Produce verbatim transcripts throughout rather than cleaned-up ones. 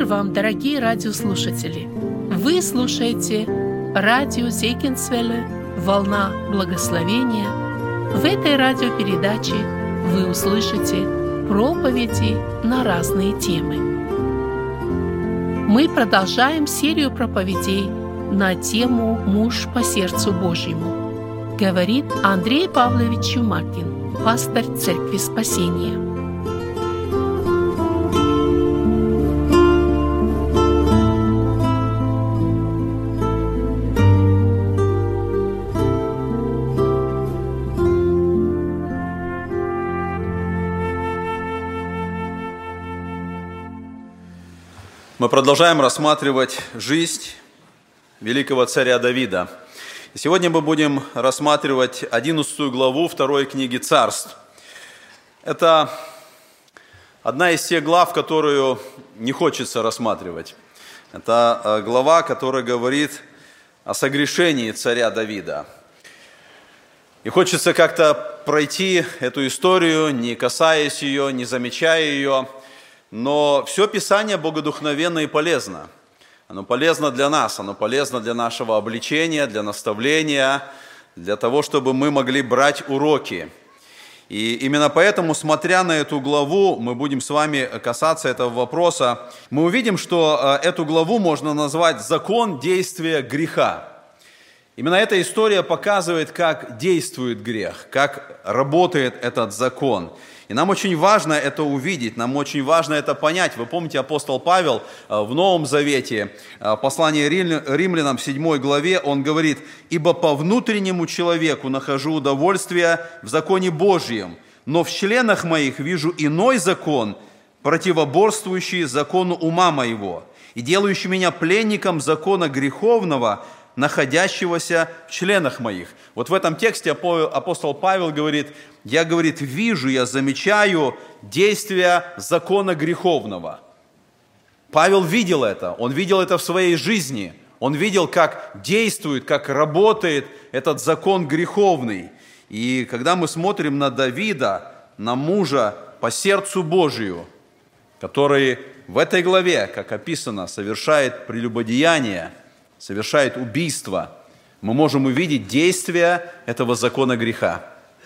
вам, дорогие радиослушатели! Вы слушаете радио Зегенсвелле «Волна благословения». В этой радиопередаче вы услышите проповеди на разные темы. Мы продолжаем серию проповедей на тему «Муж по сердцу Божьему», говорит Андрей Павлович Чумакин, пастор Церкви Спасения. Мы продолжаем рассматривать жизнь великого царя Давида. И сегодня мы будем рассматривать одиннадцатую главу второй книги Царств. Это одна из тех глав, которую не хочется рассматривать. Это глава, которая говорит о согрешении царя Давида. И хочется как-то пройти эту историю, не касаясь ее, не замечая ее. Но все Писание богодухновенно и полезно. Оно полезно для нас, оно полезно для нашего обличения, для наставления, для того, чтобы мы могли брать уроки. И именно поэтому, смотря на эту главу, мы будем с вами касаться этого вопроса. Мы увидим, что эту главу можно назвать «Закон действия греха». Именно эта история показывает, как действует грех, как работает этот закон. И нам очень важно это увидеть, нам очень важно это понять. Вы помните, апостол Павел в Новом Завете, послание Римлянам, в седьмой главе, он говорит: «Ибо по внутреннему человеку нахожу удовольствие в законе Божьем, но в членах моих вижу иной закон, противоборствующий закону ума моего, и делающий меня пленником закона греховного, находящегося в членах моих». Вот в этом тексте апостол Павел говорит: я, говорит, вижу, я замечаю действия закона греховного. Павел видел это, он видел это в своей жизни, он видел, как действует, как работает этот закон греховный. И когда мы смотрим на Давида, на мужа по сердцу Божию, который в этой главе, как описано, совершает прелюбодеяние, совершает убийство, мы можем увидеть действие этого закона греха.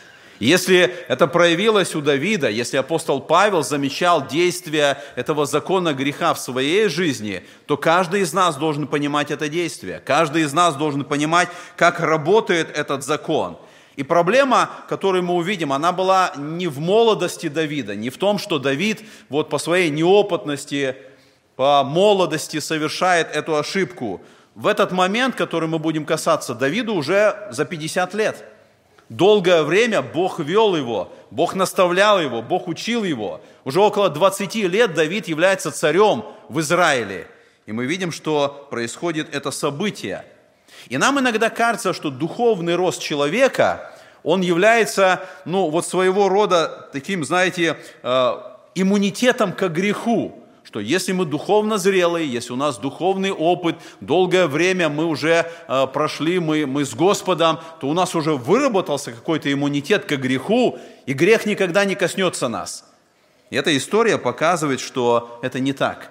Если это проявилось у Давида, если апостол Павел замечал действие этого закона греха в своей жизни, то каждый из нас должен понимать это действие. Каждый из нас должен понимать, как работает этот закон. И проблема, которую мы увидим, она была не в молодости Давида, не в том, что Давид вот по своей неопытности, по молодости совершает эту ошибку. В этот момент, который мы будем касаться, Давиду уже за пятьдесят лет. Долгое время Бог вел его, Бог наставлял его, Бог учил его. Уже около двадцати лет Давид является царем в Израиле. И мы видим, что происходит это событие. И нам иногда кажется, что духовный рост человека, он является, ну, вот своего рода таким, знаете, иммунитетом к греху. Что если мы духовно зрелые, если у нас духовный опыт, долгое время мы уже э, прошли, мы, мы с Господом, то у нас уже выработался какой-то иммунитет к греху, и грех никогда не коснется нас. И эта история показывает, что это не так.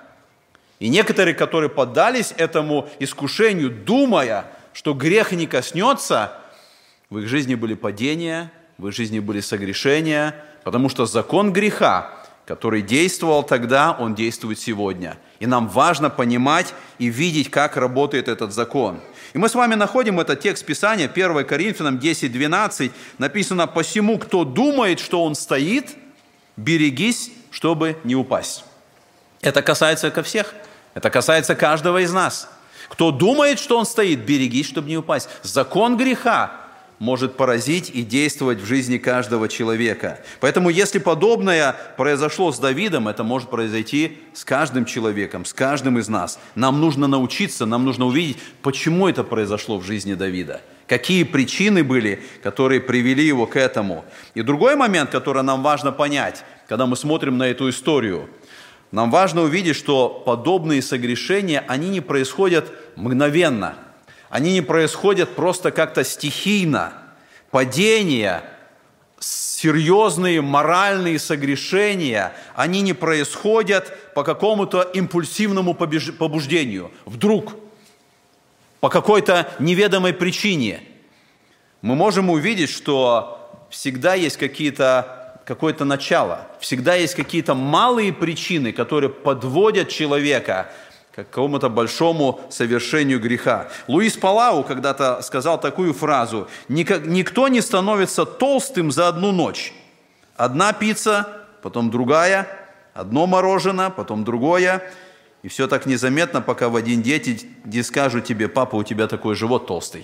И некоторые, которые поддались этому искушению, думая, что грех не коснется, в их жизни были падения, в их жизни были согрешения, потому что закон греха, который действовал тогда, он действует сегодня. И нам важно понимать и видеть, как работает этот закон. И мы с вами находим этот текст Писания, первое Коринфянам десять двенадцать, написано: «Посему, кто думает, что он стоит, берегись, чтобы не упасть». Это касается ко всех, это касается каждого из нас. Кто думает, что он стоит, берегись, чтобы не упасть. Закон греха может поразить и действовать в жизни каждого человека. Поэтому, если подобное произошло с Давидом, это может произойти с каждым человеком, с каждым из нас. Нам нужно научиться, нам нужно увидеть, почему это произошло в жизни Давида. Какие причины были, которые привели его к этому. И другой момент, который нам важно понять, когда мы смотрим на эту историю. Нам важно увидеть, что подобные согрешения, они не происходят мгновенно. Они не происходят просто как-то стихийно. Падение, серьезные моральные согрешения, они не происходят по какому-то импульсивному побуждению. Вдруг, по какой-то неведомой причине. Мы можем увидеть, что всегда есть какие-то, какое-то начало, всегда есть какие-то малые причины, которые подводят человека к какому-то большому совершению греха. Луис Палау когда-то сказал такую фразу: «Никто не становится толстым за одну ночь. Одна пицца, потом другая, одно мороженое, потом другое. И все так незаметно, пока в один день не скажут тебе: папа, у тебя такой живот толстый».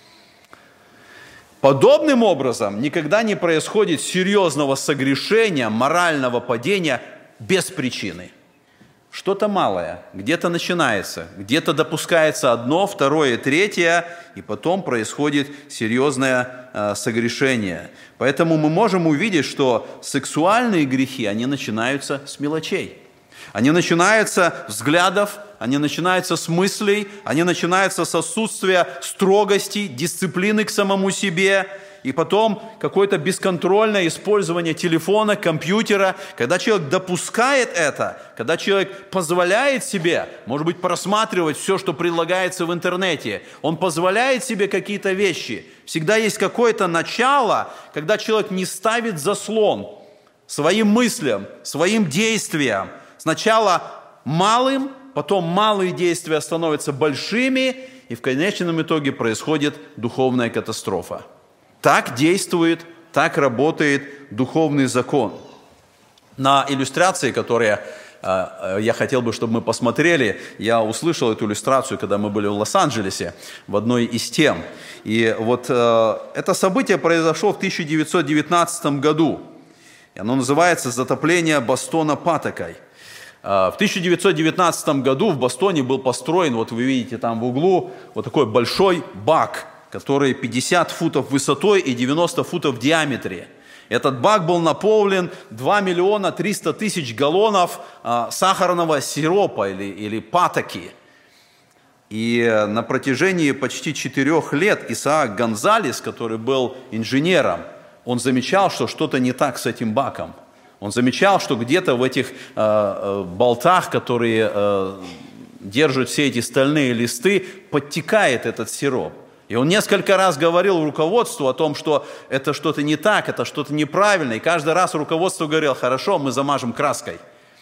Подобным образом никогда не происходит серьезного согрешения, морального падения без причины. Что-то малое, где-то начинается, где-то допускается одно, второе, третье, и потом происходит серьезное э, согрешение. Поэтому мы можем увидеть, что сексуальные грехи, они начинаются с мелочей. Они начинаются с взглядов, они начинаются с мыслей, они начинаются с отсутствия строгости, дисциплины к самому себе, и потом какое-то бесконтрольное использование телефона, компьютера. Когда человек допускает это, когда человек позволяет себе, может быть, просматривать все, что предлагается в интернете, он позволяет себе какие-то вещи. Всегда есть какое-то начало, когда человек не ставит заслон своим мыслям, своим действиям. Сначала малым, потом малые действия становятся большими, и в конечном итоге происходит духовная катастрофа. Так действует, так работает духовный закон. На иллюстрации, которые э, я хотел бы, чтобы мы посмотрели, я услышал эту иллюстрацию, когда мы были в Лос-Анджелесе, в одной из тем. И вот э, это событие произошло в тысяча девятьсот девятнадцатом году. И оно называется «Затопление Бостона патокой». В тысяча девятьсот девятнадцатом году в Бостоне был построен, вот вы видите там в углу, вот такой большой бак, который пятьдесят футов высотой и девяносто футов в диаметре. Этот бак был наполнен два миллиона триста тысяч галлонов а, сахарного сиропа или, или патоки. И на протяжении почти четырех лет Исаак Гонзалес, который был инженером, он замечал, что что-то не так с этим баком. Он замечал, что где-то в этих э, болтах, которые э, держат все эти стальные листы, подтекает этот сироп. И он несколько раз говорил руководству о том, что это что-то не так, это что-то неправильно. И каждый раз руководство говорило: хорошо, мы замажем краской.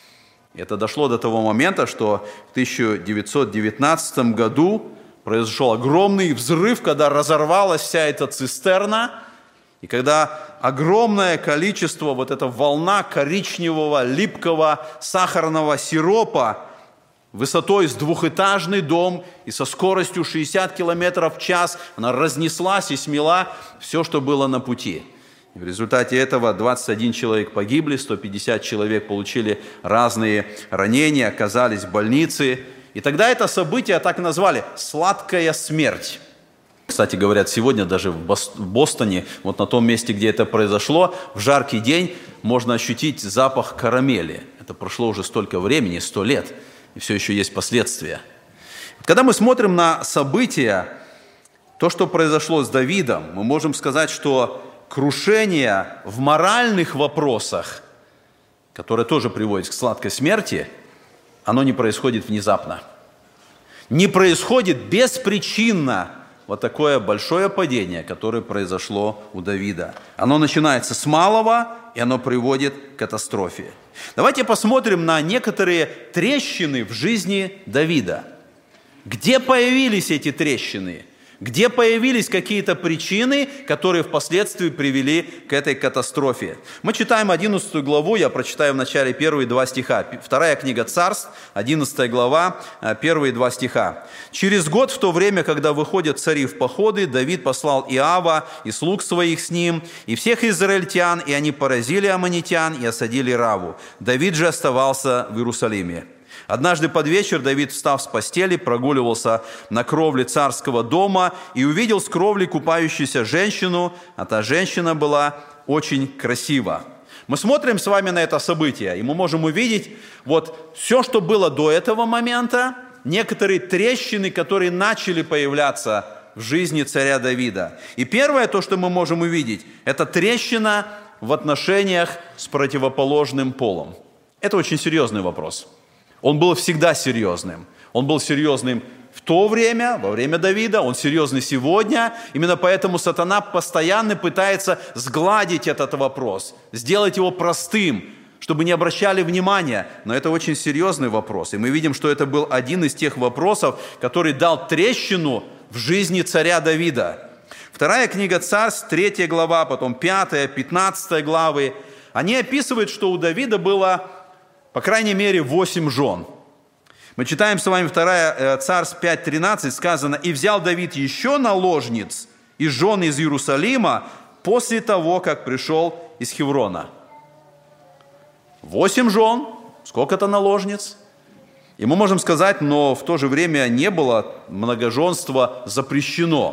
И это дошло до того момента, что в тысяча девятьсот девятнадцатом году произошел огромный взрыв, когда разорвалась вся эта цистерна. И когда огромное количество, вот эта волна коричневого, липкого, сахарного сиропа высотой с двухэтажный дом и со скоростью шестьдесят километров в час, она разнеслась и смела все, что было на пути. И в результате этого двадцать один человек погибли, сто пятьдесят человек получили разные ранения, оказались в больнице. И тогда это событие так назвали «сладкая смерть». Кстати, говорят, сегодня даже в Бостоне, вот на том месте, где это произошло, в жаркий день можно ощутить запах карамели. Это прошло уже столько времени, сто лет, и все еще есть последствия. Когда мы смотрим на события, то, что произошло с Давидом, мы можем сказать, что крушение в моральных вопросах, которое тоже приводит к сладкой смерти, оно не происходит внезапно. Не происходит беспричинно. Вот такое большое падение, которое произошло у Давида. Оно начинается с малого, и оно приводит к катастрофе. Давайте посмотрим на некоторые трещины в жизни Давида. Где появились эти трещины? Где появились какие-то причины, которые впоследствии привели к этой катастрофе? Мы читаем одиннадцатую главу, я прочитаю в начале первые два стиха. Вторая книга Царств, одиннадцатая глава, первые два стиха. «Через год, в то время, когда выходят цари в походы, Давид послал Иава и слуг своих с ним, и всех израильтян, и они поразили аммонитян и осадили Раву. Давид же оставался в Иерусалиме. Однажды под вечер Давид, встав с постели, прогуливался на кровле царского дома и увидел с кровли купающуюся женщину, а та женщина была очень красива». Мы смотрим с вами на это событие, и мы можем увидеть вот все, что было до этого момента, некоторые трещины, которые начали появляться в жизни царя Давида. И первое, то, что мы можем увидеть, это трещина в отношениях с противоположным полом? Это очень серьезный вопрос. Он был всегда серьезным. Он был серьезным в то время, во время Давида, он серьезный сегодня. Именно поэтому сатана постоянно пытается сгладить этот вопрос, сделать его простым, чтобы не обращали внимания. Но это очень серьезный вопрос. И мы видим, что это был один из тех вопросов, который дал трещину в жизни царя Давида. Вторая книга Царств, третья глава, потом пятая, пятнадцатая главы, они описывают, что у Давида было, по крайней мере, восемь жен. Мы читаем с вами вторая Царств пять тринадцать, сказано: «И взял Давид еще наложниц и жен из Иерусалима после того, как пришел из Хеврона». Восемь жен, сколько-то наложниц. И мы можем сказать, но в то же время не было многоженства запрещено.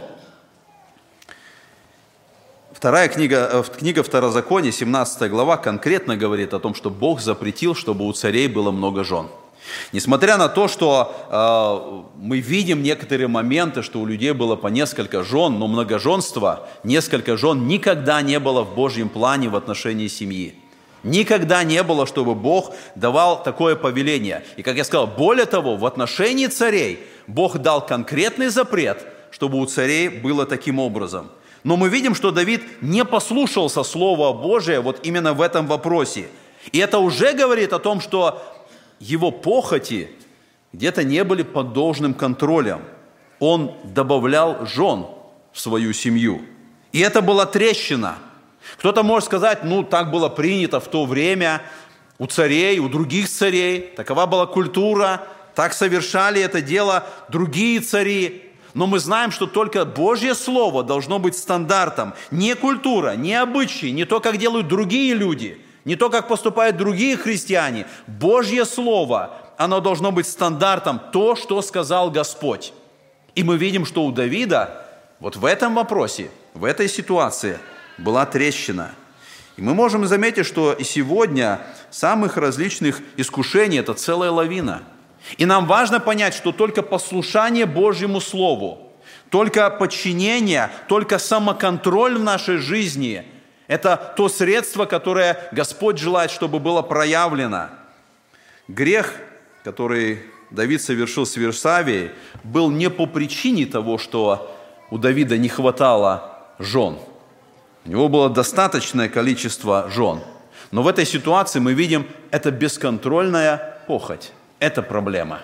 Вторая книга, книга Второзакония, семнадцатая глава, конкретно говорит о том, что Бог запретил, чтобы у царей было много жен. Несмотря на то, что э, мы видим некоторые моменты, что у людей было по несколько жен, но многоженство, несколько жен никогда не было в Божьем плане в отношении семьи. Никогда не было, чтобы Бог давал такое повеление. И, как я сказал, более того, в отношении царей Бог дал конкретный запрет, чтобы у царей было таким образом. Но мы видим, что Давид не послушался Слова Божия вот именно в этом вопросе. И это уже говорит о том, что его похоти где-то не были под должным контролем. Он добавлял жен в свою семью. И это была трещина. Кто-то может сказать, ну, так было принято в то время у царей, у других царей. Такова была культура, так совершали это дело другие цари. Но мы знаем, что только Божье Слово должно быть стандартом. Не культура, не обычаи, не то, как делают другие люди, не то, как поступают другие христиане. Божье Слово, оно должно быть стандартом, то, что сказал Господь. И мы видим, что у Давида вот в этом вопросе, в этой ситуации была трещина. И мы можем заметить, что и сегодня самых различных искушений – это целая лавина. И нам важно понять, что только послушание Божьему Слову, только подчинение, только самоконтроль в нашей жизни – это то средство, которое Господь желает, чтобы было проявлено. Грех, который Давид совершил с Версавией, был не по причине того, что у Давида не хватало жен. У него было достаточное количество жен. Но в этой ситуации мы видим, это бесконтрольная похоть. Это проблема.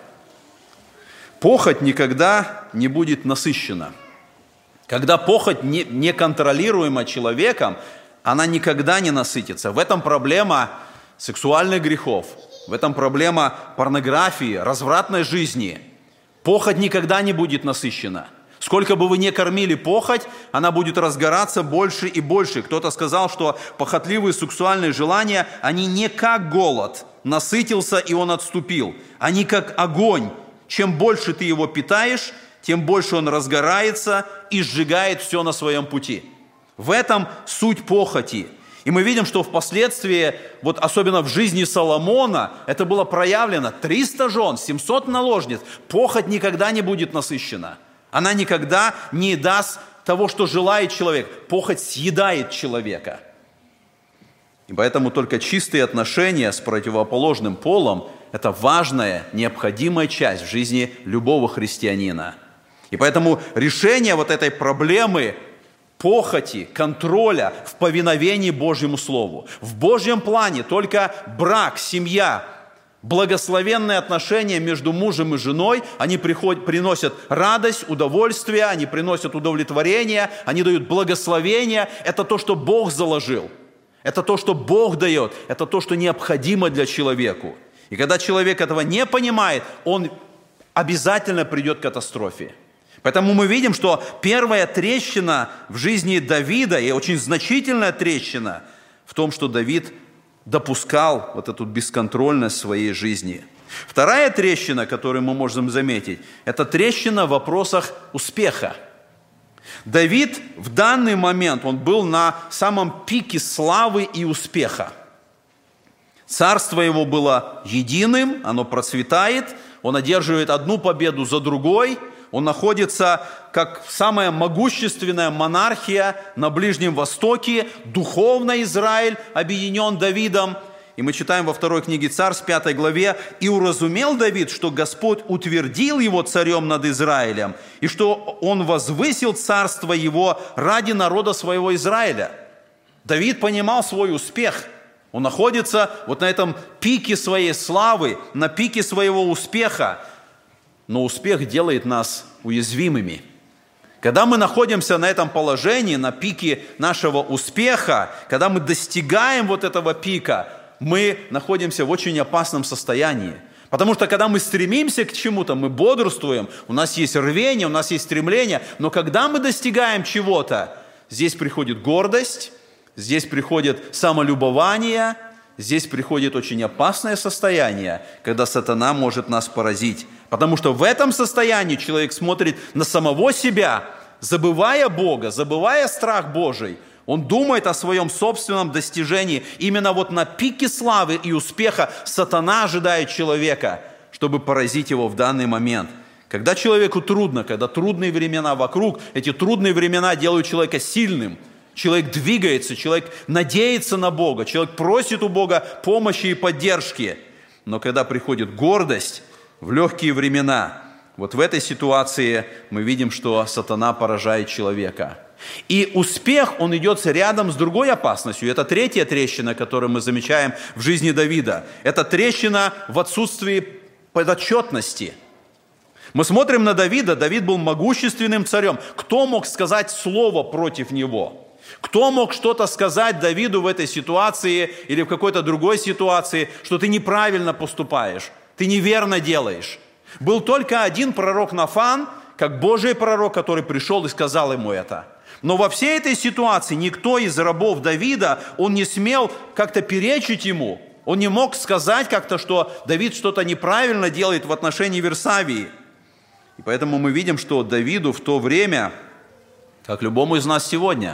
Похоть никогда не будет насыщена. Когда похоть не, неконтролируема человеком, она никогда не насытится. В этом проблема сексуальных грехов, в этом проблема порнографии, развратной жизни. Похоть никогда не будет насыщена. Сколько бы вы ни кормили похоть, она будет разгораться больше и больше. Кто-то сказал, что похотливые сексуальные желания, они не как голод. Насытился, и он отступил. Они как огонь. Чем больше ты его питаешь, тем больше он разгорается и сжигает все на своем пути. В этом суть похоти. И мы видим, что впоследствии, вот особенно в жизни Соломона, это было проявлено. триста жен, семьсот наложниц. Похоть никогда не будет насыщена. Она никогда не даст того, что желает человек. Похоть съедает человека. И поэтому только чистые отношения с противоположным полом – это важная, необходимая часть в жизни любого христианина. И поэтому решение вот этой проблемы похоти, контроля в повиновении Божьему Слову. В Божьем плане только брак, семья, благословенные отношения между мужем и женой, они приходят, приносят радость, удовольствие, они приносят удовлетворение, они дают благословение. Это то, что Бог заложил. Это то, что Бог дает. Это то, что необходимо для человека. И когда человек этого не понимает, он обязательно придет к катастрофе. Поэтому мы видим, что первая трещина в жизни Давида, и очень значительная трещина, в том, что Давид допускал вот эту бесконтрольность в своей жизни. Вторая трещина, которую мы можем заметить, это трещина в вопросах успеха. Давид в данный момент, он был на самом пике славы и успеха. Царство его было единым, оно процветает, он одерживает одну победу за другой, Он находится как самая могущественная монархия на Ближнем Востоке, духовно Израиль объединен Давидом. И мы читаем во второй книге Царств, пятой главе: «И уразумел Давид, что Господь утвердил его царем над Израилем, и что он возвысил царство его ради народа своего Израиля». Давид понимал свой успех. Он находится вот на этом пике своей славы, на пике своего успеха. Но успех делает нас уязвимыми. Когда мы находимся на этом положении, на пике нашего успеха, когда мы достигаем вот этого пика, мы находимся в очень опасном состоянии. Потому что когда мы стремимся к чему-то, мы бодрствуем, у нас есть рвение, у нас есть стремление, но когда мы достигаем чего-то, здесь приходит гордость, здесь приходит самолюбование, здесь приходит очень опасное состояние, когда сатана может нас поразить. Потому что в этом состоянии человек смотрит на самого себя, забывая Бога, забывая страх Божий. Он думает о своем собственном достижении. Именно вот на пике славы и успеха сатана ожидает человека, чтобы поразить его в данный момент. Когда человеку трудно, когда трудные времена вокруг, эти трудные времена делают человека сильным. Человек двигается, человек надеется на Бога, человек просит у Бога помощи и поддержки. Но когда приходит гордость в легкие времена, вот в этой ситуации мы видим, что сатана поражает человека. И успех, он идет рядом с другой опасностью. Это третья трещина, которую мы замечаем в жизни Давида. Это трещина в отсутствии подотчетности. Мы смотрим на Давида. Давид был могущественным царем. Кто мог сказать слово против него? Кто мог что-то сказать Давиду в этой ситуации или в какой-то другой ситуации, что ты неправильно поступаешь, ты неверно делаешь? Был только один пророк Нафан, как Божий пророк, который пришел и сказал ему это. Но во всей этой ситуации никто из рабов Давида, он не смел как-то перечить ему. Он не мог сказать как-то, что Давид что-то неправильно делает в отношении Версавии. И поэтому мы видим, что Давиду в то время, как любому из нас сегодня,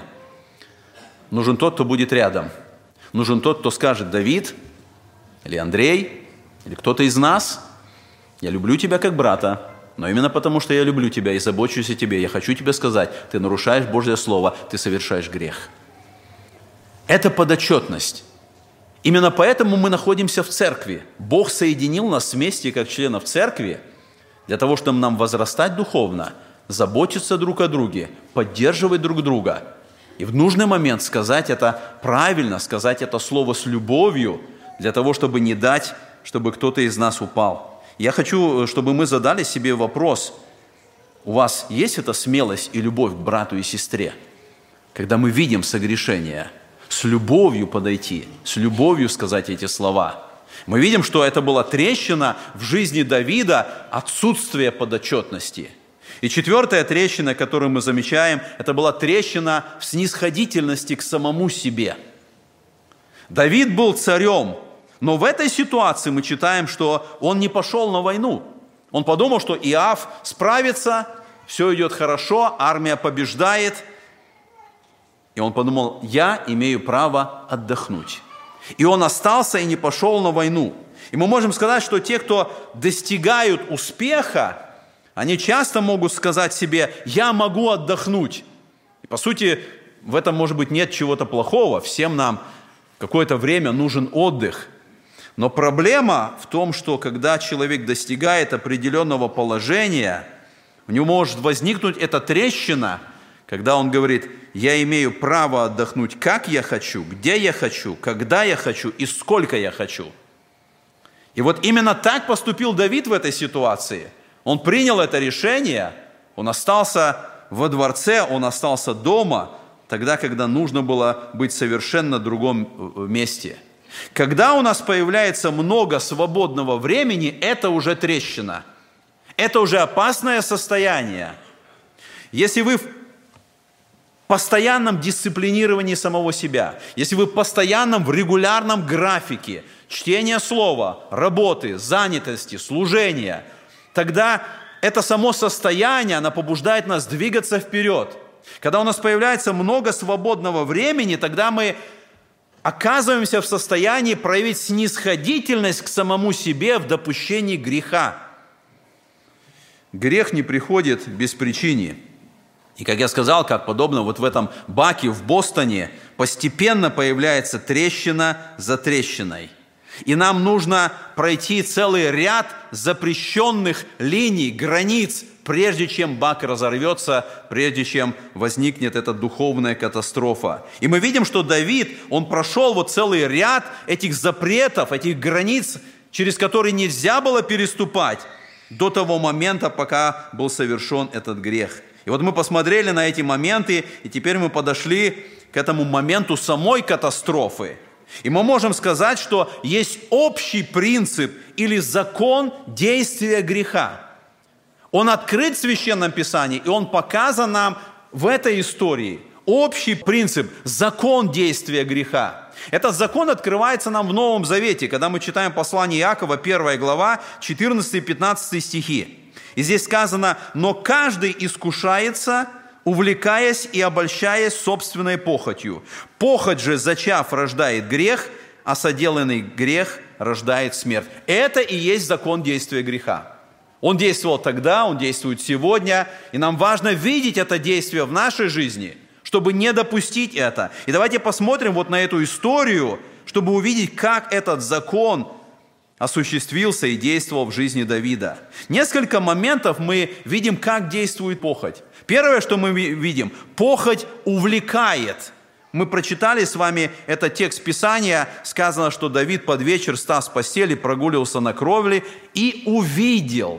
нужен тот, кто будет рядом. Нужен тот, кто скажет: Давид или Андрей, или кто-то из нас, я люблю тебя как брата, но именно потому, что я люблю тебя и забочусь о тебе, я хочу тебе сказать, ты нарушаешь Божье Слово, ты совершаешь грех. Это подотчетность. Именно поэтому мы находимся в церкви. Бог соединил нас вместе как членов церкви для того, чтобы нам возрастать духовно, заботиться друг о друге, поддерживать друг друга. И в нужный момент сказать это правильно, сказать это слово с любовью, для того, чтобы не дать, чтобы кто-то из нас упал. Я хочу, чтобы мы задали себе вопрос: у вас есть эта смелость и любовь к брату и сестре? Когда мы видим согрешение, с любовью подойти, с любовью сказать эти слова. Мы видим, что это была трещина в жизни Давида, отсутствие подотчетности. И четвертая трещина, которую мы замечаем, это была трещина в снисходительности к самому себе. Давид был царем, но в этой ситуации мы читаем, что он не пошел на войну. Он подумал, что Иоав справится, все идет хорошо, армия побеждает. И он подумал: я имею право отдохнуть. И он остался и не пошел на войну. И мы можем сказать, что те, кто достигают успеха, они часто могут сказать себе: я могу отдохнуть. И по сути, в этом, может быть, нет чего-то плохого. Всем нам какое-то время нужен отдых. Но проблема в том, что когда человек достигает определенного положения, у него может возникнуть эта трещина, когда он говорит: я имею право отдохнуть, как я хочу, где я хочу, когда я хочу и сколько я хочу. И вот именно так поступил Давид в этой ситуации. Он принял это решение, он остался во дворце, он остался дома, тогда, когда нужно было быть в совершенно другом месте. Когда у нас появляется много свободного времени, это уже трещина. Это уже опасное состояние. Если вы в постоянном дисциплинировании самого себя, если вы в постоянном, в регулярном графике чтения слова, работы, занятости, служения, тогда это само состояние, оно побуждает нас двигаться вперед. Когда у нас появляется много свободного времени, тогда мы оказываемся в состоянии проявить снисходительность к самому себе в допущении греха. Грех не приходит без причины. И, как я сказал, как подобно вот в этом баке в Бостоне, постепенно появляется трещина за трещиной. И нам нужно пройти целый ряд запрещенных линий, границ, прежде чем бак разорвется, прежде чем возникнет эта духовная катастрофа. И мы видим, что Давид, он прошел вот целый ряд этих запретов, этих границ, через которые нельзя было переступать до того момента, пока был совершен этот грех. И вот мы посмотрели на эти моменты, и теперь мы подошли к этому моменту самой катастрофы. И мы можем сказать, что есть общий принцип или закон действия греха. Он открыт в Священном Писании, и он показан нам в этой истории. Общий принцип, закон действия греха. Этот закон открывается нам в Новом Завете, когда мы читаем послание Иакова, первая глава, четырнадцатый-пятнадцатый стихи. И здесь сказано: «Но каждый искушается, увлекаясь и обольщаясь собственной похотью. Похоть же, зачав, рождает грех, а соделанный грех рождает смерть». Это и есть закон действия греха. Он действовал тогда, он действует сегодня, и нам важно видеть это действие в нашей жизни, чтобы не допустить это. И давайте посмотрим вот на эту историю, чтобы увидеть, как этот закон осуществился и действовал в жизни Давида. Несколько моментов мы видим, как действует похоть. Первое, что мы видим, похоть увлекает. Мы прочитали с вами этот текст Писания, сказано, что Давид под вечер встал с постели, прогуливался на кровле и увидел.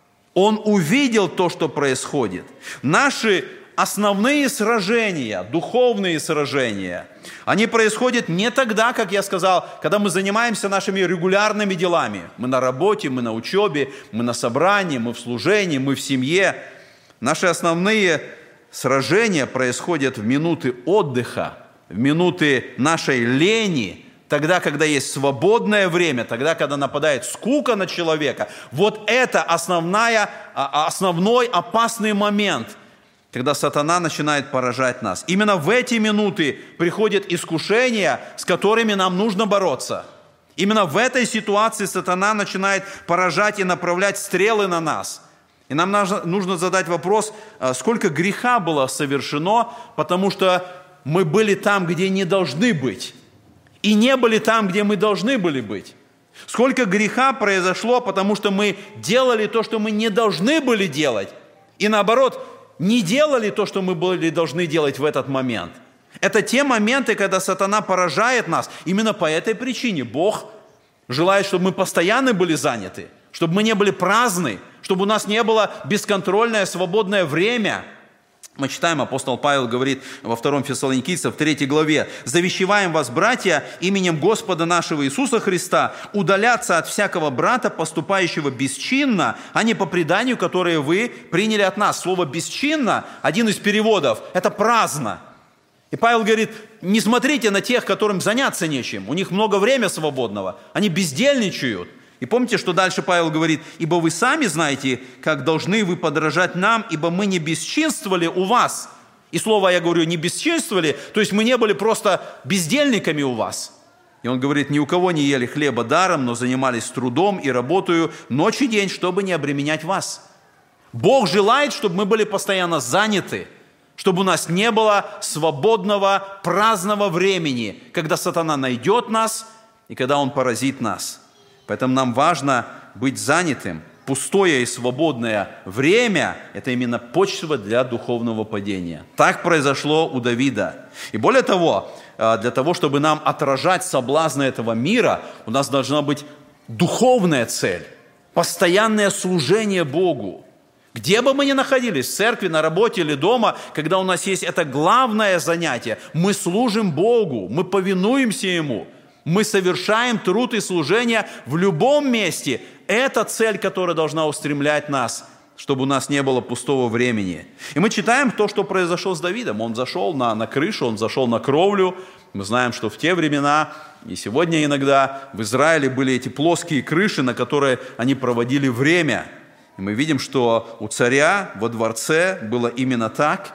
Он увидел то, что происходит. Наши основные сражения, духовные сражения, они происходят не тогда, как я сказал, когда мы занимаемся нашими регулярными делами. Мы на работе, мы на учебе, мы на собрании, мы в служении, мы в семье. Наши основные сражения происходят в минуты отдыха, в минуты нашей лени, тогда, когда есть свободное время, тогда, когда нападает скука на человека. Вот это основная, основной опасный момент, когда сатана начинает поражать нас. Именно в эти минуты приходят искушения, с которыми нам нужно бороться. Именно в этой ситуации сатана начинает поражать и направлять стрелы на нас. И нам нужно задать вопрос, сколько греха было совершено, потому что мы были там, где не должны быть, и не были там, где мы должны были быть. Сколько греха произошло, потому что мы делали то, что мы не должны были делать, и наоборот, не делали то, что мы были должны делать в этот момент. Это те моменты, когда сатана поражает нас. Именно по этой причине Бог желает, чтобы мы постоянно были заняты, чтобы мы не были праздны, чтобы у нас не было бесконтрольное свободное время. Мы читаем, апостол Павел говорит во втором Фессалоникийцам, в третьей главе: «Завещеваем вас, братья, именем Господа нашего Иисуса Христа, удаляться от всякого брата, поступающего бесчинно, а не по преданию, которое вы приняли от нас». Слово «бесчинно», один из переводов, это «праздно». И Павел говорит: не смотрите на тех, которым заняться нечем, у них много времени свободного, они бездельничают. И помните, что дальше Павел говорит: «Ибо вы сами знаете, как должны вы подражать нам, ибо мы не бесчинствовали у вас». И слово, я говорю, не бесчинствовали, то есть мы не были просто бездельниками у вас. И он говорит: «Ни у кого не ели хлеба даром, но занимались трудом и работою ночь и день, чтобы не обременять вас». Бог желает, чтобы мы были постоянно заняты, чтобы у нас не было свободного, праздного времени, когда сатана найдет нас и когда он поразит нас. Поэтому нам важно быть занятым. Пустое и свободное время – это именно почва для духовного падения. Так произошло у Давида. И более того, для того, чтобы нам отражать соблазны этого мира, у нас должна быть духовная цель, постоянное служение Богу. Где бы мы ни находились, в церкви, на работе или дома, когда у нас есть это главное занятие, мы служим Богу, мы повинуемся Ему. Мы совершаем труд и служение в любом месте. Это цель, которая должна устремлять нас, чтобы у нас не было пустого времени. И мы читаем то, что произошло с Давидом. Он зашел на, на крышу, он зашел на кровлю. Мы знаем, что в те времена, и сегодня иногда, в Израиле были эти плоские крыши, на которые они проводили время. И мы видим, что у царя во дворце было именно так.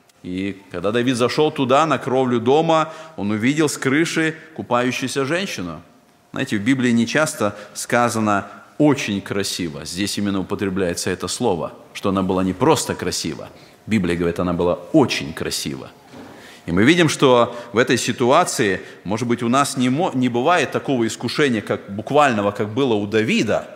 И когда Давид зашел туда, на кровлю дома, он увидел с крыши купающуюся женщину. Знаете, в Библии не часто сказано очень красива. Здесь именно употребляется это слово, что она была не просто красива. Библия говорит, она была очень красива. И мы видим, что в этой ситуации, может быть, у нас не, мо- не бывает такого искушения, как буквального, как было у Давида,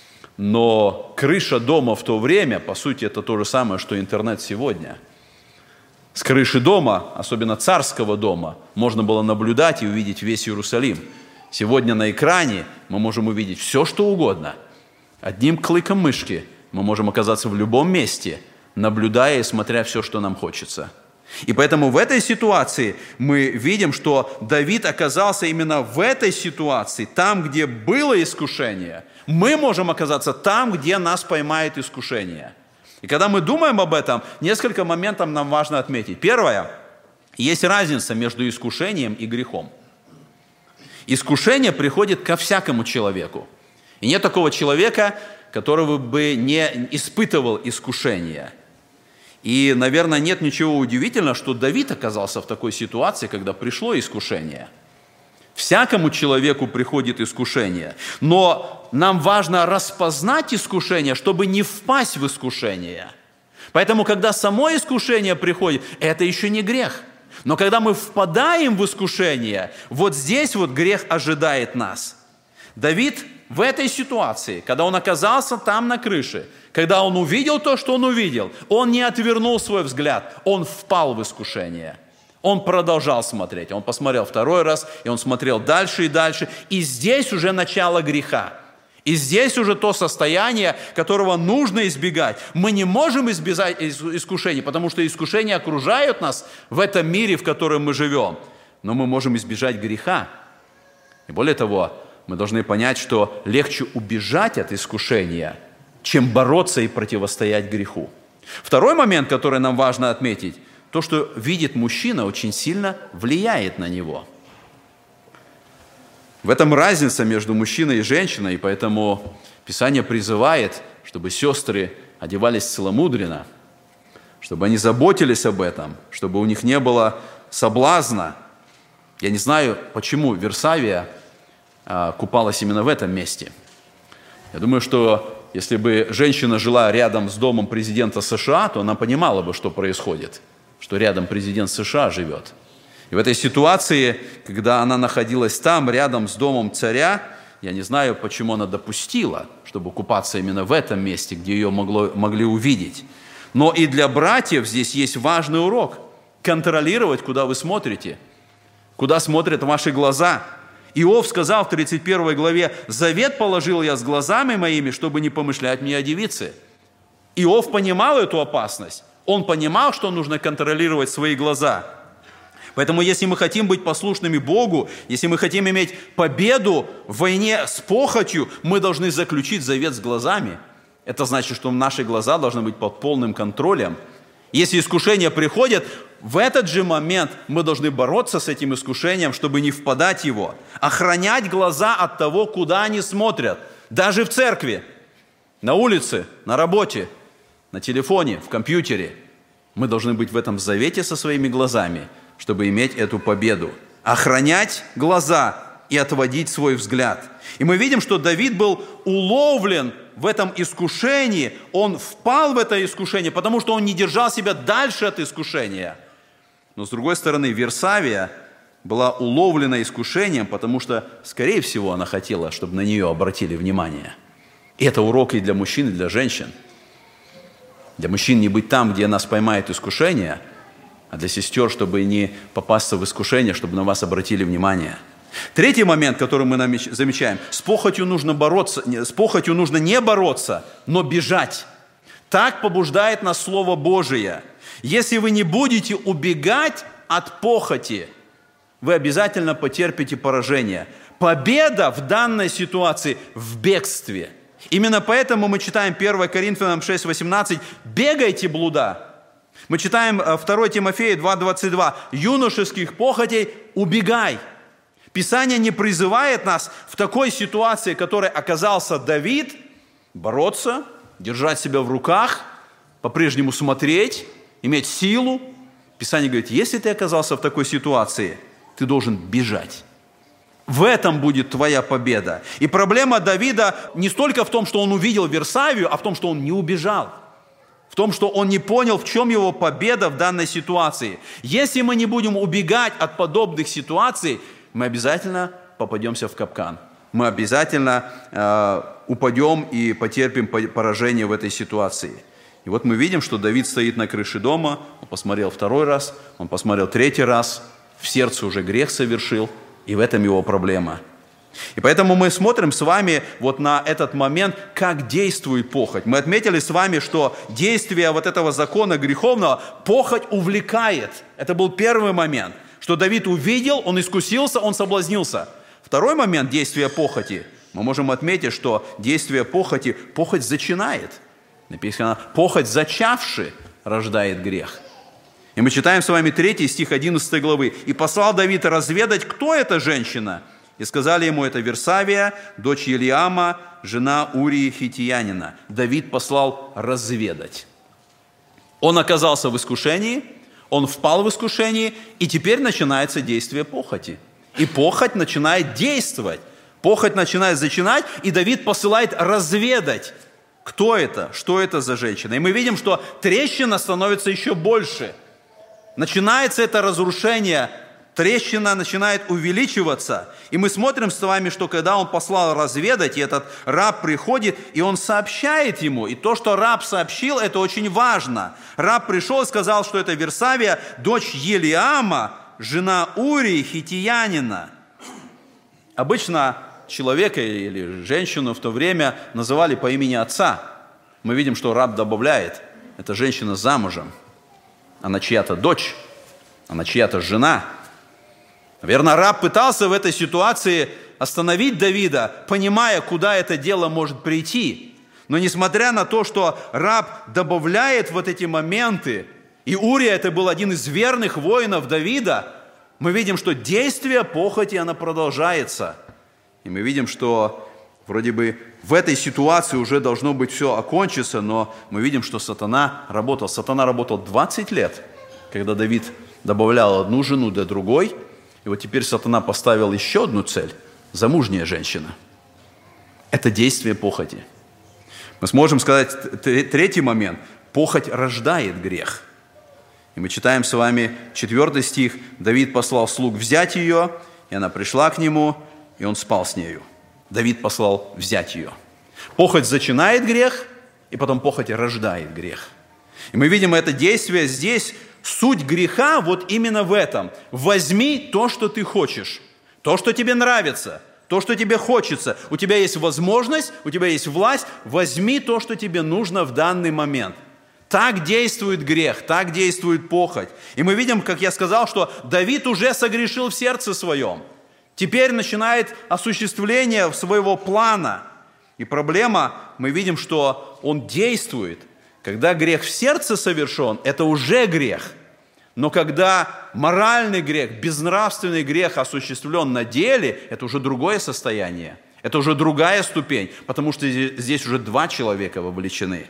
но крыша дома в то время, по сути, это то же самое, что интернет сегодня. С крыши дома, особенно царского дома, можно было наблюдать и увидеть весь Иерусалим. Сегодня на экране мы можем увидеть все, что угодно. Одним кликом мышки мы можем оказаться в любом месте, наблюдая и смотря все, что нам хочется. И поэтому в этой ситуации мы видим, что Давид оказался именно в этой ситуации, там, где было искушение. Мы можем оказаться там, где нас поймает искушение. И когда мы думаем об этом, несколько моментов нам важно отметить. Первое, есть разница между искушением и грехом. Искушение приходит ко всякому человеку. И нет такого человека, которого бы не испытывал искушение. И, наверное, нет ничего удивительного, что Давид оказался в такой ситуации, когда пришло искушение. Всякому человеку приходит искушение. Но нам важно распознать искушение, чтобы не впасть в искушение. Поэтому, когда само искушение приходит, это еще не грех. Но когда мы впадаем в искушение, вот здесь вот грех ожидает нас. Давид в этой ситуации, когда он оказался там на крыше, когда он увидел то, что он увидел, он не отвернул свой взгляд, он впал в искушение. Он продолжал смотреть. Он посмотрел второй раз, и он смотрел дальше и дальше. И здесь уже начало греха. И здесь уже то состояние, которого нужно избегать. Мы не можем избежать искушений, потому что искушения окружают нас в этом мире, в котором мы живем. Но мы можем избежать греха. И более того, мы должны понять, что легче убежать от искушения, чем бороться и противостоять греху. Второй момент, который нам важно отметить, то, что видит мужчина, очень сильно влияет на него. В этом разница между мужчиной и женщиной, и поэтому Писание призывает, чтобы сестры одевались целомудренно, чтобы они заботились об этом, чтобы у них не было соблазна. Я не знаю, почему Версавия а, купалась именно в этом месте. Я думаю, что если бы женщина жила рядом с домом президента США, то она понимала бы, что происходит, что рядом президент США живет. И в этой ситуации, когда она находилась там, рядом с домом царя, я не знаю, почему она допустила, чтобы купаться именно в этом месте, где ее могло, могли увидеть. Но и для братьев здесь есть важный урок – контролировать, куда вы смотрите, куда смотрят ваши глаза. Иов сказал в тридцать первой главе: «Завет положил я с глазами моими, чтобы не помышлять мне о девице». Иов понимал эту опасность. Он понимал, что нужно контролировать свои глаза. Поэтому, если мы хотим быть послушными Богу, если мы хотим иметь победу в войне с похотью, мы должны заключить завет с глазами. Это значит, что наши глаза должны быть под полным контролем. Если искушения приходят, в этот же момент мы должны бороться с этим искушением, чтобы не впадать в его. Охранять глаза от того, куда они смотрят. Даже в церкви, на улице, на работе, на телефоне, в компьютере. Мы должны быть в этом завете со своими глазами, чтобы иметь эту победу. Охранять глаза и отводить свой взгляд. И мы видим, что Давид был уловлен в этом искушении, он впал в это искушение, потому что он не держал себя дальше от искушения. Но с другой стороны, Версавия была уловлена искушением, потому что, скорее всего, она хотела, чтобы на нее обратили внимание. И это урок и для мужчин, и для женщин. Для мужчин не быть там, где нас поймает искушение, а для сестер, чтобы не попасться в искушение, чтобы на вас обратили внимание. Третий момент, который мы замечаем: с похотью нужно бороться, с похотью нужно не бороться, но бежать. Так побуждает нас Слово Божие. Если вы не будете убегать от похоти, вы обязательно потерпите поражение. Победа в данной ситуации в бегстве. Именно поэтому мы читаем первое Коринфянам шесть восемнадцать: «Бегайте, блуда». Мы читаем второе Тимофея два двадцать два: «Юношеских похотей убегай». Писание не призывает нас в такой ситуации, в которой оказался Давид, бороться, держать себя в руках, по-прежнему смотреть, иметь силу. Писание говорит: если ты оказался в такой ситуации, ты должен бежать. В этом будет твоя победа. И проблема Давида не столько в том, что он увидел Версавию, а в том, что он не убежал. В том, что он не понял, в чем его победа в данной ситуации. Если мы не будем убегать от подобных ситуаций, мы обязательно попадемся в капкан. Мы обязательно э, упадем и потерпим поражение в этой ситуации. И вот мы видим, что Давид стоит на крыше дома, он посмотрел второй раз, он посмотрел третий раз, в сердце уже грех совершил, и в этом его проблема. И поэтому мы смотрим с вами вот на этот момент, как действует похоть. Мы отметили с вами, что действие вот этого закона греховного, похоть увлекает. Это был первый момент, что Давид увидел, он искусился, он соблазнился. Второй момент действия похоти, мы можем отметить, что действие похоти, похоть зачинает. Написано, похоть зачавши рождает грех. И мы читаем с вами третий стих одиннадцатой главы. «И послал Давид разведать, кто эта женщина. И сказали ему, это Версавия, дочь Елиама, жена Урии Хитиянина». Давид послал разведать. Он оказался в искушении, он впал в искушение, и теперь начинается действие похоти. И похоть начинает действовать. Похоть начинает зачинать, и Давид посылает разведать, кто это, что это за женщина. И мы видим, что трещина становится еще больше. Начинается это разрушение, трещина начинает увеличиваться. И мы смотрим с вами, что когда он послал разведать, и этот раб приходит, и он сообщает ему. И то, что раб сообщил, это очень важно. Раб пришел и сказал, что это Версавия, дочь Елиама, жена Урии Хитиянина. Обычно человека или женщину в то время называли по имени отца. Мы видим, что раб добавляет, это женщина замужем. Она чья-то дочь, она чья-то жена. Наверное, раб пытался в этой ситуации остановить Давида, понимая, куда это дело может прийти. Но несмотря на то, что раб добавляет вот эти моменты, и Урия это был один из верных воинов Давида, мы видим, что действие похоти, оно продолжается. И мы видим, что вроде бы в этой ситуации уже должно быть все окончиться, но мы видим, что сатана работал. Сатана работал двадцать лет, когда Давид добавлял одну жену до другой. И вот теперь сатана поставил еще одну цель – замужняя женщина. Это действие похоти. Мы сможем сказать третий момент – похоть рождает грех. И мы читаем с вами четвертый стих. Давид послал слуг взять ее, и она пришла к нему, и он спал с нею. Давид послал взять ее. Похоть зачинает грех, и потом похоть рождает грех. И мы видим это действие здесь. Суть греха вот именно в этом. Возьми то, что ты хочешь, то, что тебе нравится, то, что тебе хочется. У тебя есть возможность, у тебя есть власть. Возьми то, что тебе нужно в данный момент. Так действует грех, так действует похоть. И мы видим, как я сказал, что Давид уже согрешил в сердце своем. Теперь начинает осуществление своего плана. И проблема, мы видим, что он действует. Когда грех в сердце совершен, это уже грех. Но когда моральный грех, безнравственный грех осуществлен на деле, это уже другое состояние. Это уже другая ступень, потому что здесь уже два человека вовлечены.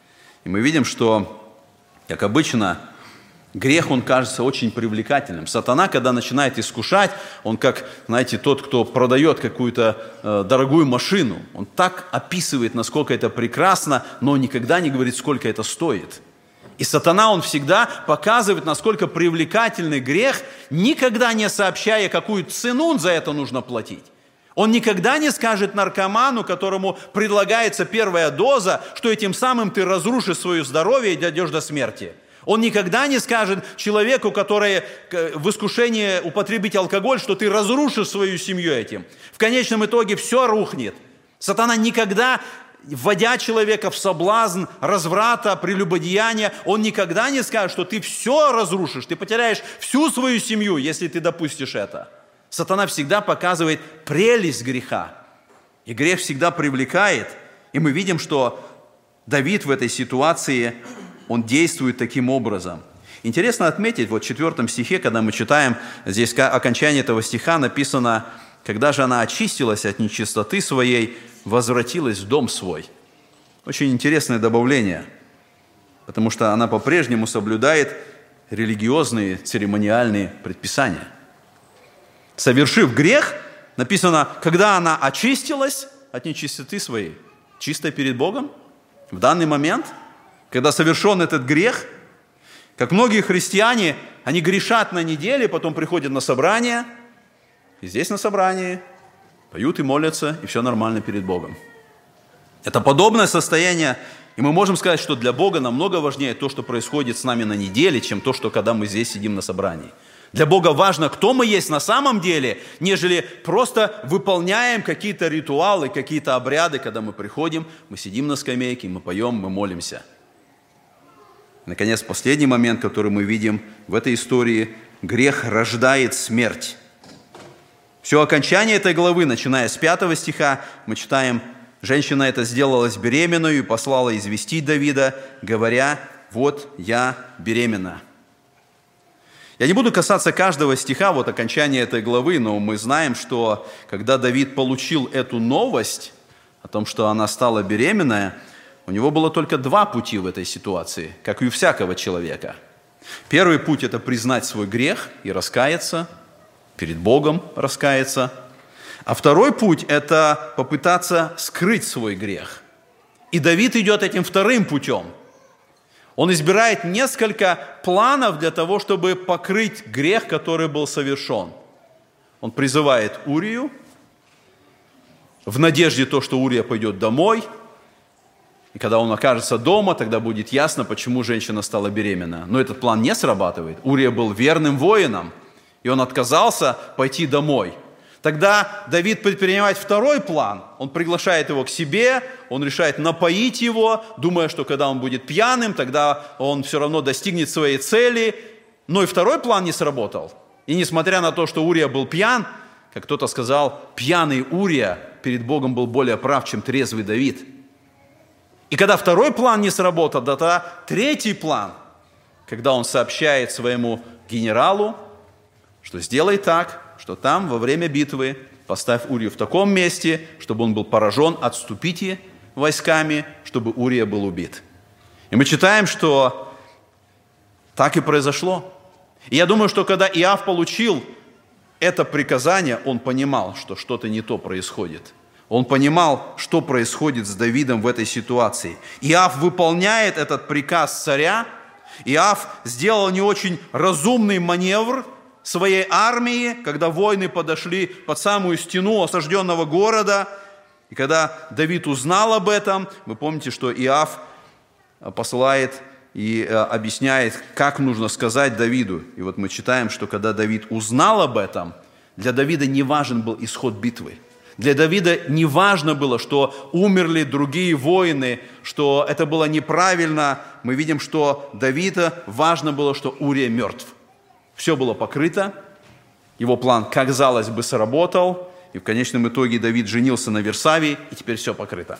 И мы видим, что, как обычно, грех, он кажется очень привлекательным. Сатана, когда начинает искушать, он как, знаете, тот, кто продает какую-то э, дорогую машину. Он так описывает, насколько это прекрасно, но он никогда не говорит, сколько это стоит. И сатана, он всегда показывает, насколько привлекательный грех, никогда не сообщая, какую цену за это нужно платить. Он никогда не скажет наркоману, которому предлагается первая доза, что этим самым ты разрушишь свое здоровье и дойдешь до смерти. Он никогда не скажет человеку, который в искушении употребить алкоголь, что ты разрушишь свою семью этим. В конечном итоге все рухнет. Сатана никогда, вводя человека в соблазн разврата, прелюбодеяния, он никогда не скажет, что ты все разрушишь, ты потеряешь всю свою семью, если ты допустишь это. Сатана всегда показывает прелесть греха. И грех всегда привлекает. И мы видим, что Давид в этой ситуации, он действует таким образом. Интересно отметить, вот в четвертом стихе, когда мы читаем, здесь окончание этого стиха написано, когда же она очистилась от нечистоты своей, возвратилась в дом свой. Очень интересное добавление, потому что она по-прежнему соблюдает религиозные, церемониальные предписания. Совершив грех, написано, когда она очистилась от нечистоты своей, чистой перед Богом, в данный момент, когда совершен этот грех, как многие христиане, они грешат на неделе, потом приходят на собрание, и здесь на собрании поют и молятся, и все нормально перед Богом. Это подобное состояние, и мы можем сказать, что для Бога намного важнее то, что происходит с нами на неделе, чем то, что когда мы здесь сидим на собрании. Для Бога важно, кто мы есть на самом деле, нежели просто выполняем какие-то ритуалы, какие-то обряды, когда мы приходим, мы сидим на скамейке, мы поем, мы молимся. Наконец, последний момент, который мы видим в этой истории, грех рождает смерть. Все окончание этой главы, начиная с пятого стиха, мы читаем: «Женщина эта сделалась беременной и послала известить Давида, говоря: вот я беременна». Я не буду касаться каждого стиха, вот окончания этой главы, но мы знаем, что когда Давид получил эту новость о том, что она стала беременная, у него было только два пути в этой ситуации, как и у всякого человека. Первый путь – это признать свой грех и раскаяться, перед Богом раскаяться. А второй путь – это попытаться скрыть свой грех. И Давид идет этим вторым путем. Он избирает несколько планов для того, чтобы покрыть грех, который был совершен. Он призывает Урию в надежде то, что Урия пойдет домой. И когда он окажется дома, тогда будет ясно, почему женщина стала беременна. Но этот план не срабатывает. Урия был верным воином, и он отказался пойти домой. Тогда Давид предпринимает второй план. Он приглашает его к себе, он решает напоить его, думая, что когда он будет пьяным, тогда он все равно достигнет своей цели. Но и второй план не сработал. И несмотря на то, что Урия был пьян, как кто-то сказал, пьяный Урия перед Богом был более прав, чем трезвый Давид. И когда второй план не сработал, тогда третий план, когда он сообщает своему генералу, что сделай так, что там во время битвы поставь Урию в таком месте, чтобы он был поражен, отступите войсками, чтобы Урия был убит. И мы читаем, что так и произошло. И я думаю, что когда Иов получил это приказание, он понимал, что что-то не то происходит. Он понимал, что происходит с Давидом в этой ситуации. Иов выполняет этот приказ царя. Иов сделал не очень разумный маневр своей армии, когда воины подошли под самую стену осажденного города. И когда Давид узнал об этом, вы помните, что Иов посылает и объясняет, как нужно сказать Давиду. И вот мы читаем, что когда Давид узнал об этом, для Давида не важен был исход битвы. Для Давида не важно было, что умерли другие воины, что это было неправильно. Мы видим, что Давиду важно было, что Урия мертв. Все было покрыто, его план, казалось бы, сработал, и в конечном итоге Давид женился на Версавии, и теперь все покрыто.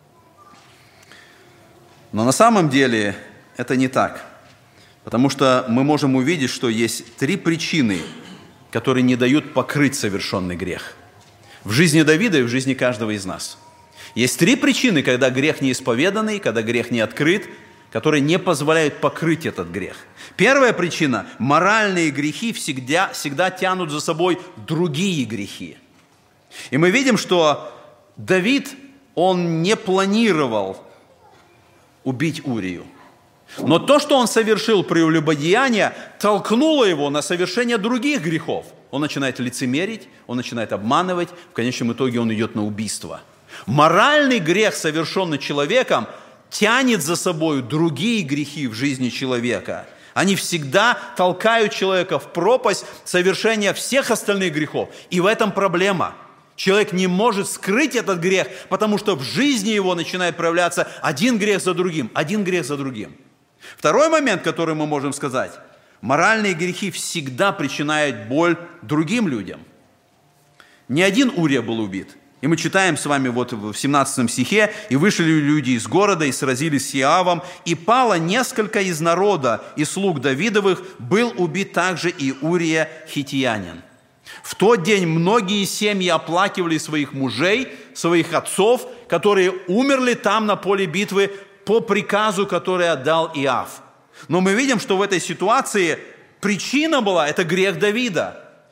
Но на самом деле это не так, потому что мы можем увидеть, что есть три причины, которые не дают покрыть совершенный грех. В жизни Давида и в жизни каждого из нас. Есть три причины, когда грех не исповеданный, когда грех не открыт, которые не позволяют покрыть этот грех. Первая причина – моральные грехи всегда, всегда тянут за собой другие грехи. И мы видим, что Давид, он не планировал убить Урию. Но то, что он совершил прелюбодеяние, толкнуло его на совершение других грехов. Он начинает лицемерить, он начинает обманывать, в конечном итоге он идет на убийство. Моральный грех, совершенный человеком, тянет за собой другие грехи в жизни человека. Они всегда толкают человека в пропасть совершения всех остальных грехов. И в этом проблема. Человек не может скрыть этот грех, потому что в жизни его начинает проявляться один грех за другим, один грех за другим. Второй момент, который мы можем сказать. Моральные грехи всегда причиняют боль другим людям. Не один Урия был убит. И мы читаем с вами вот в семнадцатом стихе: «И вышли люди из города, и сразились с Иовом, и пало несколько из народа, и слуг Давидовых, был убит также и Урия хиттиянин». В тот день многие семьи оплакивали своих мужей, своих отцов, которые умерли там на поле битвы по приказу, который отдал Иов. Но мы видим, что в этой ситуации причина была – это грех Давида.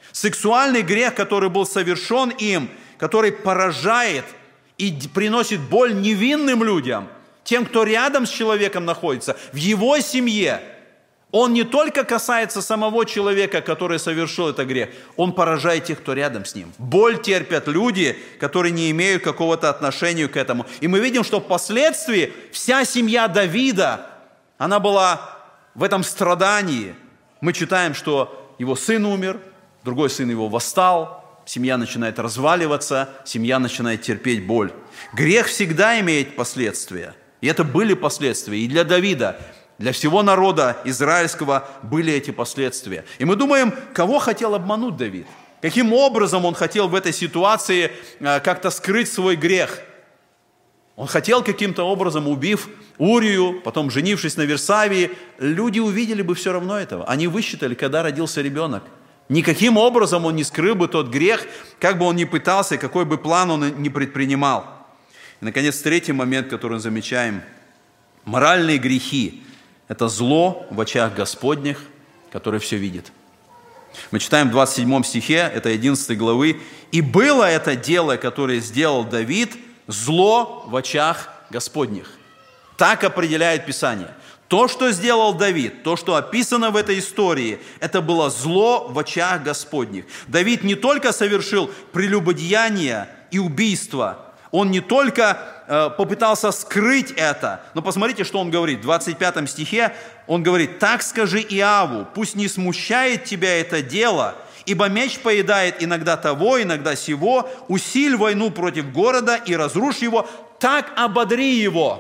Сексуальный грех, который был совершен им, который поражает и приносит боль невинным людям, тем, кто рядом с человеком находится, в его семье. Он не только касается самого человека, который совершил этот грех, он поражает тех, кто рядом с ним. Боль терпят люди, которые не имеют какого-то отношения к этому. И мы видим, что впоследствии вся семья Давида, она была в этом страдании. Мы читаем, что его сын умер, другой сын его восстал, семья начинает разваливаться, семья начинает терпеть боль. Грех всегда имеет последствия. И это были последствия и для Давида, для всего народа израильского были эти последствия. И мы думаем, кого хотел обмануть Давид? Каким образом он хотел в этой ситуации как-то скрыть свой грех? Он хотел каким-то образом, убив Урию, потом женившись на Версавии, люди увидели бы все равно этого. Они высчитали, когда родился ребенок. Никаким образом он не скрыл бы тот грех, как бы он ни пытался, какой бы план он ни предпринимал. И, наконец, третий момент, который мы замечаем. Моральные грехи – это зло в очах Господних, который все видит. Мы читаем в двадцать седьмом стихе, это одиннадцатой главы. «И было это дело, которое сделал Давид, зло в очах Господних». Так определяет Писание. То, что сделал Давид, то, что описано в этой истории, это было зло в очах Господних. Давид не только совершил прелюбодеяние и убийство, он не только э, попытался скрыть это, но посмотрите, что он говорит. В двадцать пятом стихе он говорит: «Так скажи Иаву, пусть не смущает тебя это дело, ибо меч поедает иногда того, иногда сего, усиль войну против города и разрушь его, так ободри его».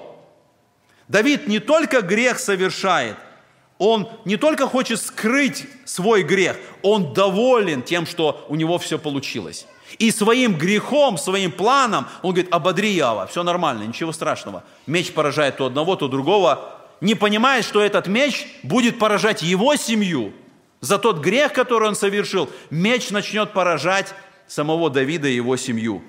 Давид не только грех совершает, он не только хочет скрыть свой грех, он доволен тем, что у него все получилось. И своим грехом, своим планом, он говорит: ободри Иава, все нормально, ничего страшного. Меч поражает то одного, то другого, не понимая, что этот меч будет поражать его семью. За тот грех, который он совершил, меч начнет поражать самого Давида и его семью.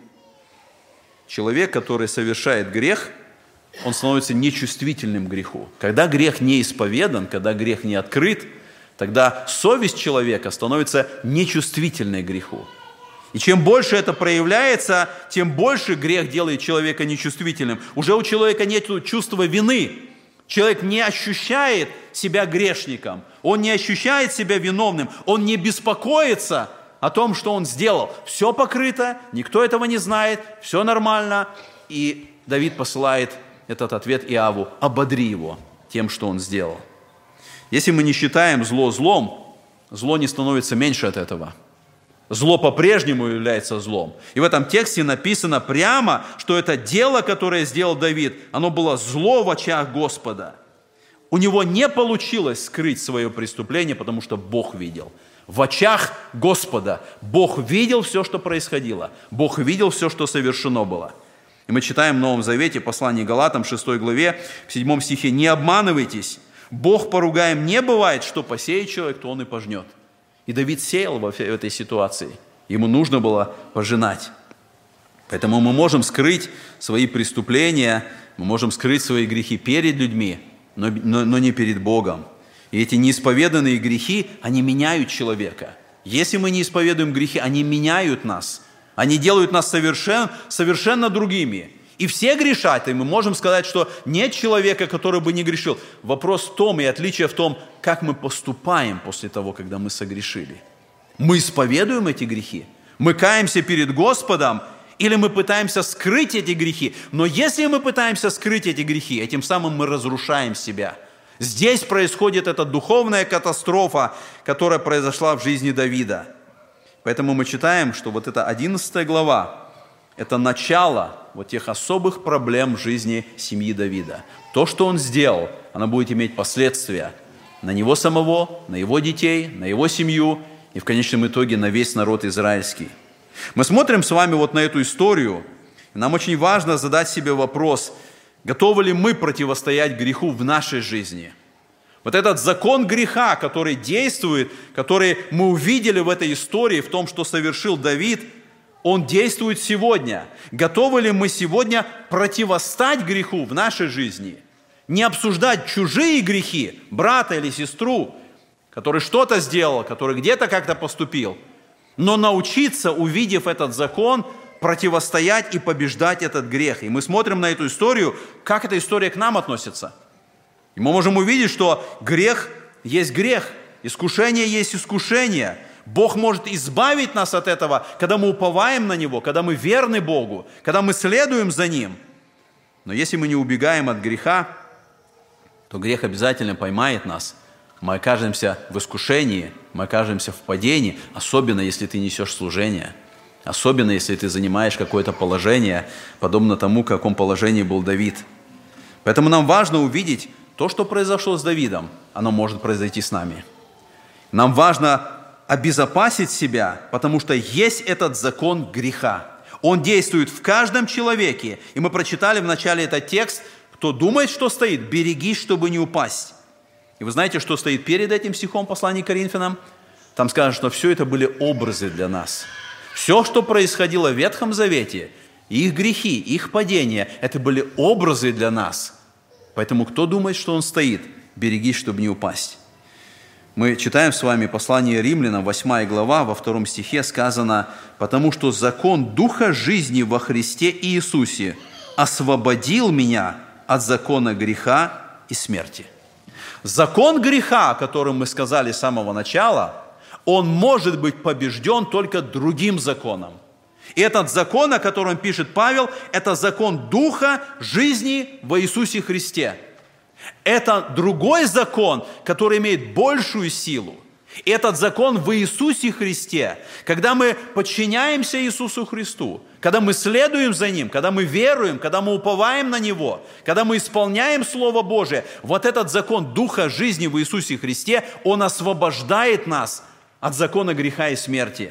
Человек, который совершает грех, он становится нечувствительным к греху. Когда грех не исповедан, когда грех не открыт, тогда совесть человека становится нечувствительной к греху. И чем больше это проявляется, тем больше грех делает человека нечувствительным. Уже у человека нет чувства вины. Человек не ощущает себя грешником, он не ощущает себя виновным, он не беспокоится о том, что он сделал. Все покрыто, никто этого не знает, все нормально. И Давид посылает этот ответ Иаву: ободри его тем, что он сделал. Если мы не считаем зло злом, зло не становится меньше от этого. Зло по-прежнему является злом. И в этом тексте написано прямо, что это дело, которое сделал Давид, оно было зло в очах Господа. У него не получилось скрыть свое преступление, потому что Бог видел. В очах Господа Бог видел все, что происходило. Бог видел все, что совершено было. И мы читаем в Новом Завете, послание Галатам, шестой главе, в седьмом стихе: «Не обманывайтесь, Бог поругаем не бывает, что посеет человек, то он и пожнет». И Давид сеял в этой ситуации. Ему нужно было пожинать. Поэтому мы можем скрыть свои преступления, мы можем скрыть свои грехи перед людьми, но, но, но не перед Богом. И эти неисповеданные грехи, они меняют человека. Если мы не исповедуем грехи, они меняют нас. Они делают нас совершенно, совершенно другими. И все грешат, и мы можем сказать, что нет человека, который бы не грешил. Вопрос в том, и отличие в том, как мы поступаем после того, когда мы согрешили. Мы исповедуем эти грехи, мы каемся перед Господом, или мы пытаемся скрыть эти грехи. Но если мы пытаемся скрыть эти грехи, этим самым мы разрушаем себя. Здесь происходит эта духовная катастрофа, которая произошла в жизни Давида. Поэтому мы читаем, что вот эта одиннадцатая глава, это начало вот тех особых проблем в жизни семьи Давида. То, что он сделал, оно будет иметь последствия на него самого, на его детей, на его семью и в конечном итоге на весь народ израильский. Мы смотрим с вами вот на эту историю. Нам очень важно задать себе вопрос: готовы ли мы противостоять греху в нашей жизни? Вот этот закон греха, который действует, который мы увидели в этой истории, в том, что совершил Давид, он действует сегодня. Готовы ли мы сегодня противостать греху в нашей жизни? Не обсуждать чужие грехи, брата или сестру, который что-то сделал, который где-то как-то поступил, но научиться, увидев этот закон, противостоять и побеждать этот грех. И мы смотрим на эту историю, как эта история к нам относится. И мы можем увидеть, что грех есть грех, искушение есть искушение. Бог может избавить нас от этого, когда мы уповаем на Него, когда мы верны Богу, когда мы следуем за Ним. Но если мы не убегаем от греха, то грех обязательно поймает нас. Мы окажемся в искушении, мы окажемся в падении, особенно если ты несешь служение, особенно если ты занимаешь какое-то положение, подобно тому, в каком положении был Давид. Поэтому нам важно увидеть то, что произошло с Давидом, оно может произойти с нами. Нам важно обезопасить себя, потому что есть этот закон греха. Он действует в каждом человеке. И мы прочитали в начале этот текст: кто думает, что стоит, берегись, чтобы не упасть. И вы знаете, что стоит перед этим стихом послания к Коринфянам? Там сказано, что все это были образы для нас. Все, что происходило в Ветхом Завете, их грехи, их падения, это были образы для нас. Поэтому кто думает, что он стоит, берегись, чтобы не упасть. Мы читаем с вами послание Римлянам, восьмая глава, во втором стихе сказано: «Потому что закон Духа жизни во Христе Иисусе освободил меня от закона греха и смерти». Закон греха, о котором мы сказали с самого начала, он может быть побежден только другим законом. И этот закон, о котором пишет Павел, это закон Духа жизни во Иисусе Христе. Это другой закон, который имеет большую силу. И этот закон в Иисусе Христе. Когда мы подчиняемся Иисусу Христу, когда мы следуем за Ним, когда мы веруем, когда мы уповаем на Него, когда мы исполняем Слово Божие, вот этот закон Духа жизни в Иисусе Христе, он освобождает нас от закона греха и смерти.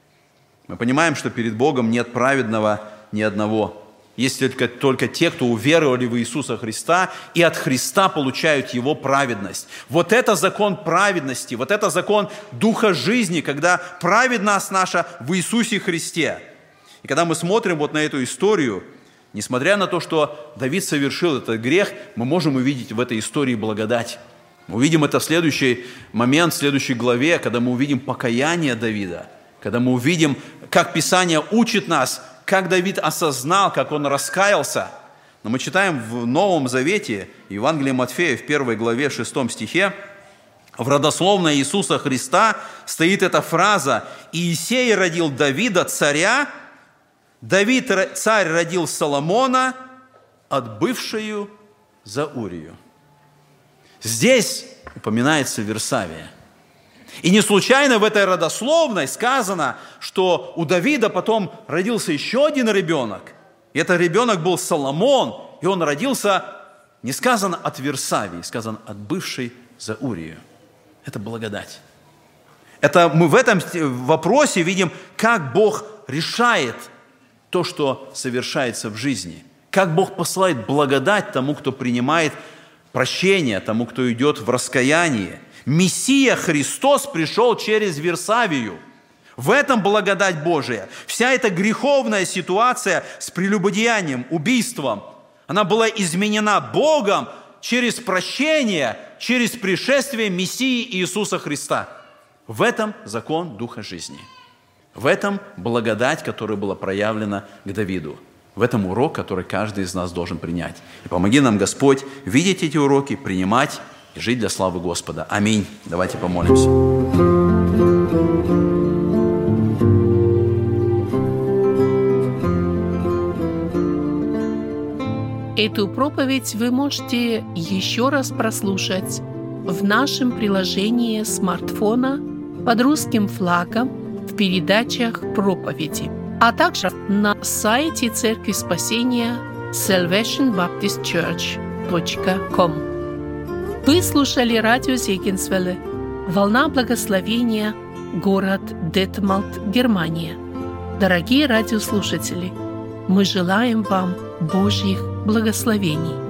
Мы понимаем, что перед Богом нет праведного ни одного. Есть только, только те, кто уверовали в Иисуса Христа и от Христа получают Его праведность. Вот это закон праведности, вот это закон Духа жизни, когда праведность наша в Иисусе Христе. И когда мы смотрим вот на эту историю, несмотря на то, что Давид совершил этот грех, мы можем увидеть в этой истории благодать. Мы увидим это в следующий момент, в следующей главе, когда мы увидим покаяние Давида, когда мы увидим, как Писание учит нас, как Давид осознал, как он раскаялся. Но мы читаем в Новом Завете, Евангелие Матфея, в первой главе, шестом стихе, в родословной Иисуса Христа стоит эта фраза: «Иисей родил Давида, царя, Давид, царь, родил Соломона, отбывшую за Урию». Здесь упоминается Версавия. И не случайно в этой родословной сказано, что у Давида потом родился еще один ребенок. И этот ребенок был Соломон, и он родился, не сказано от Версавии, сказано от бывшей за Урию. Это благодать. Это мы в этом вопросе видим, как Бог решает то, что совершается в жизни. Как Бог посылает благодать тому, кто принимает прощение, тому, кто идет в раскаяние. Мессия Христос пришел через Версавию. В этом благодать Божия. Вся эта греховная ситуация с прелюбодеянием, убийством, она была изменена Богом через прощение, через пришествие Мессии Иисуса Христа. В этом закон Духа жизни. В этом благодать, которая была проявлена к Давиду. В этом урок, который каждый из нас должен принять. И помоги нам, Господь, видеть эти уроки, принимать и жить для славы Господа. Аминь. Давайте помолимся. Эту проповедь вы можете еще раз прослушать в нашем приложении смартфона под русским флагом в передачах проповеди, а также на сайте Церкви Спасения salvation baptist church точка ком. Вы слушали радио Зегенсвелле, «Волна благословения», город Детмалт, Германия. Дорогие радиослушатели, мы желаем вам Божьих благословений.